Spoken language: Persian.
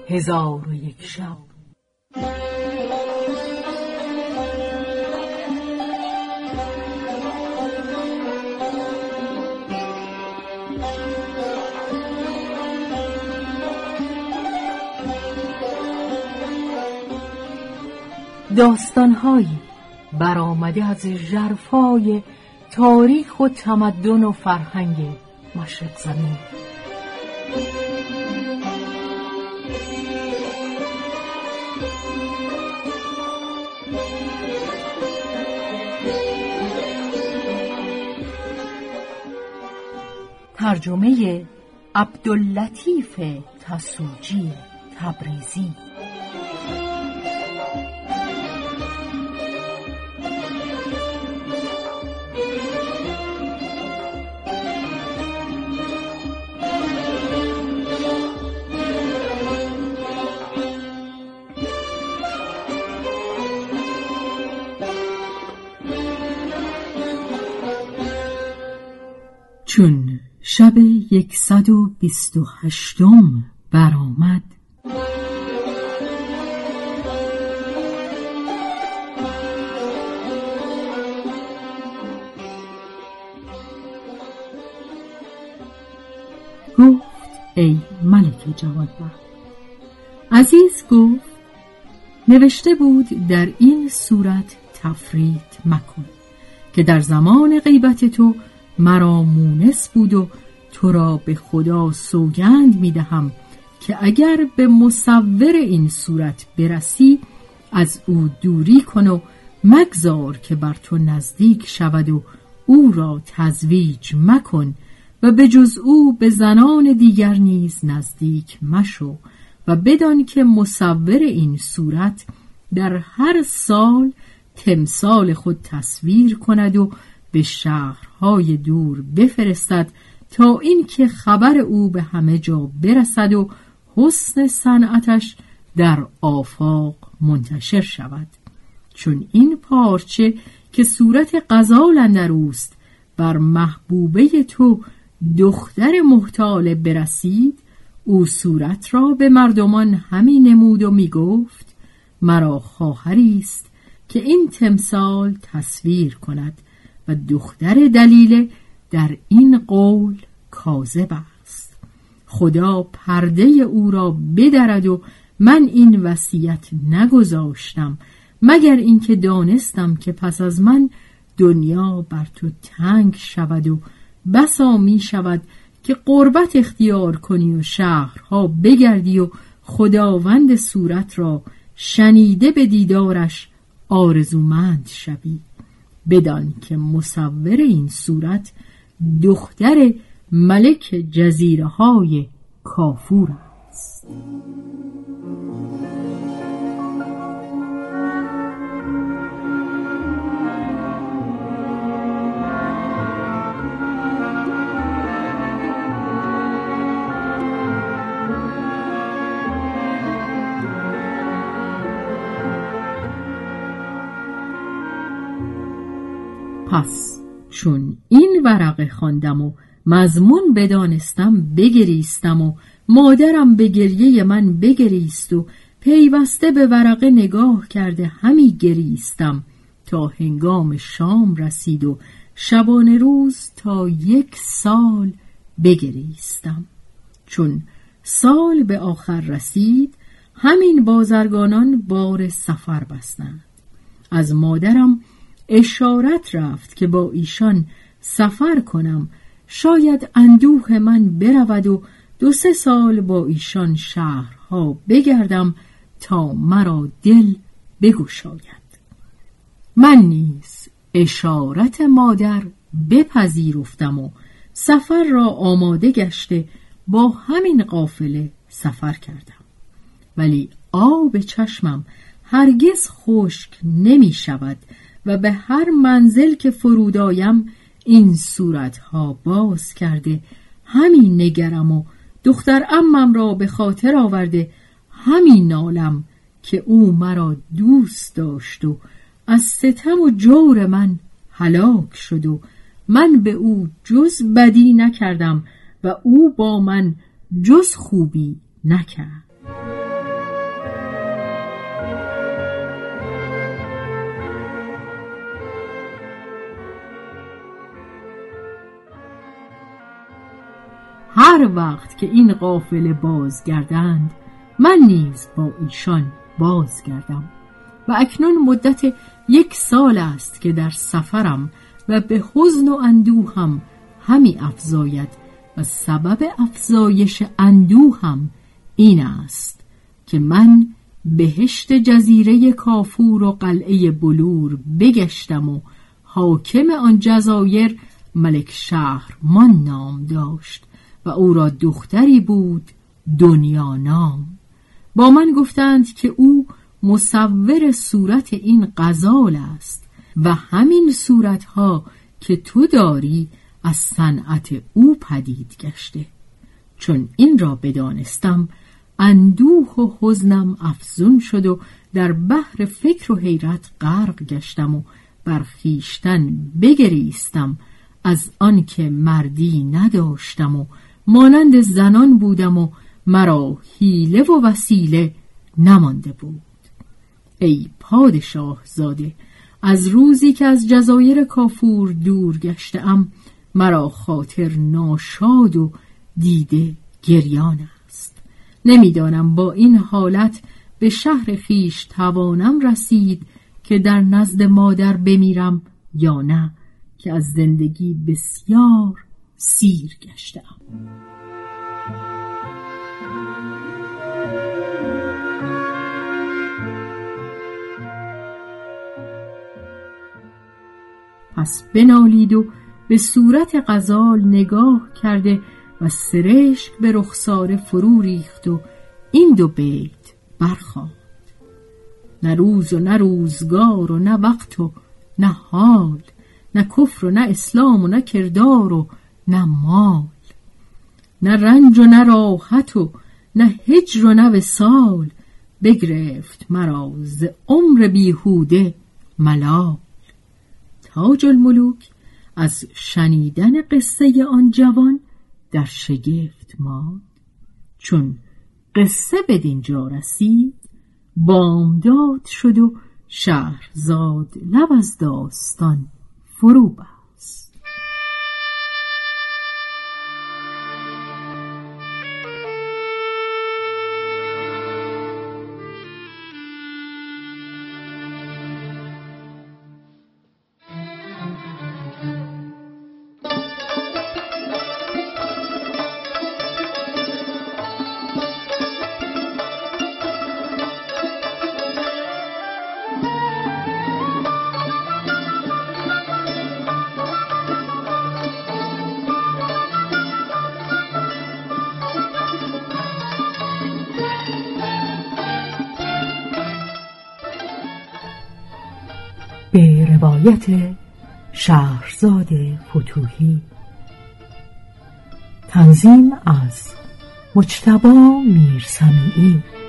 1001 شب. داستان‌هایی برآمده از ژرفای تاریخ و تمدن و فرهنگ مشرق زمین. ترجمه عبداللطیف تسوجی تبریزی. چون شب 128 برآمد، گفت ای ملک جوانبخت. عزیز گفت نوشته بود در این صورت تفریط مکن که در زمان غیبت تو مرا مونس بود و تو را به خدا سوگند می دهم که اگر به مصور این صورت برسی از او دوری کن و مگذار که بر تو نزدیک شود و او را تزویج مکن و به جز او به زنان دیگر نیز نزدیک مشو و بدان که مصور این صورت در هر سال تمثال خود تصویر کند و به شهرهای دور بفرستد تا اینکه خبر او به همه جا برسد و حسن صنعتش در آفاق منتشر شود. چون این پارچه که صورت غزال اندر اوست بر محبوبه تو دختر محتال برسید، او صورت را به مردمان همی نمود و می گفت مرا خواهری است که این تمثال تصویر کند و دختر دلیله در این قول کاذب است. خدا پرده او را بدرد و من این وصیت نگذاشتم مگر اینکه دانستم که پس از من دنیا بر تو تنگ شود و بسا می شود که غربت اختیار کنی و شهرها بگردی و خداوند صورت را شنیده به دیدارش آرزومند شوی. بدان که مصور این صورت دختر ملک جزیره های کافور است. پس چون این ورقه خواندم و مضمون بدانستم بگریستم و مادرم به گریه من بگریست و پیوسته به ورقه نگاه کرده همی گریستم تا هنگام شام رسید و شبانه روز تا 1 سال بگریستم. چون سال به آخر رسید همین بازرگانان بار سفر بستند. از مادرم اشارت رفت که با ایشان سفر کنم، شاید اندوه من برود و 2-3 سال با ایشان شهرها بگردم تا مرا دل بگشاید. من نیز اشارت مادر بپذیرفتم و سفر را آماده گشته با همین قافله سفر کردم. ولی آب چشمم هرگز خشک نمی شود و به هر منزل که فرود آیم این صورتها باز کرده همین نگرم و دختر عمم را به خاطر آورده همین نالم که او مرا دوست داشت و از ستم و جور من هلاک شد و من به او جز بدی نکردم و او با من جز خوبی نکرد. هر وقت که این قافله بازگردند من نیز با ایشان بازگردم. و اکنون مدت 1 سال است که در سفرم و به حزن و اندوهم همی افزاید و سبب افزایش اندوهم این است که من بهشت جزیره کافور و قلعه بلور بگشتم و حاکم آن جزایر ملک شهرمان نام داشت و او را دختری بود دنیا نام. با من گفتند که او مصور صورت این غزال است و همین صورتها که تو داری از صنعت او پدید گشته. چون این را بدانستم اندوه و حزنم افزون شد و در بحر فکر و حیرت غرق گشتم و بر خویشتن بگریستم از آن که مردی نداشتم و مانند زنان بودم و مرا حیله و وسیله نمانده بود. ای پادشاه زاده، از روزی که از جزایر کافور دور گشتم مرا خاطر ناشاد و دیده گریان است. نمیدانم با این حالت به شهر خیش توانم رسید که در نزد مادر بمیرم یا نه، که از زندگی بسیار سیر گشتم. پس بنالید و به صورت غزال نگاه کرده و سرشک به رخساره فرو ریخت و این 2 بیت برخواند: نه روز و نه روزگار و نه وقت و نه حال، نه کفر و نه اسلام و نه کردار و نه مال، نه رنج و نه راحت و نه هجر و نه وصال، بگرفت مرا ز عمر بیهوده ملال. تاج الملوک از شنیدن قصه آن جوان در شگفت ماند. چون قصه بدین جا رسید بامداد شد و شهرزاد لب از داستان فرو بست. به روایت شهرزاد فتوحی. تنظیم از مجتبی میرسمیعی.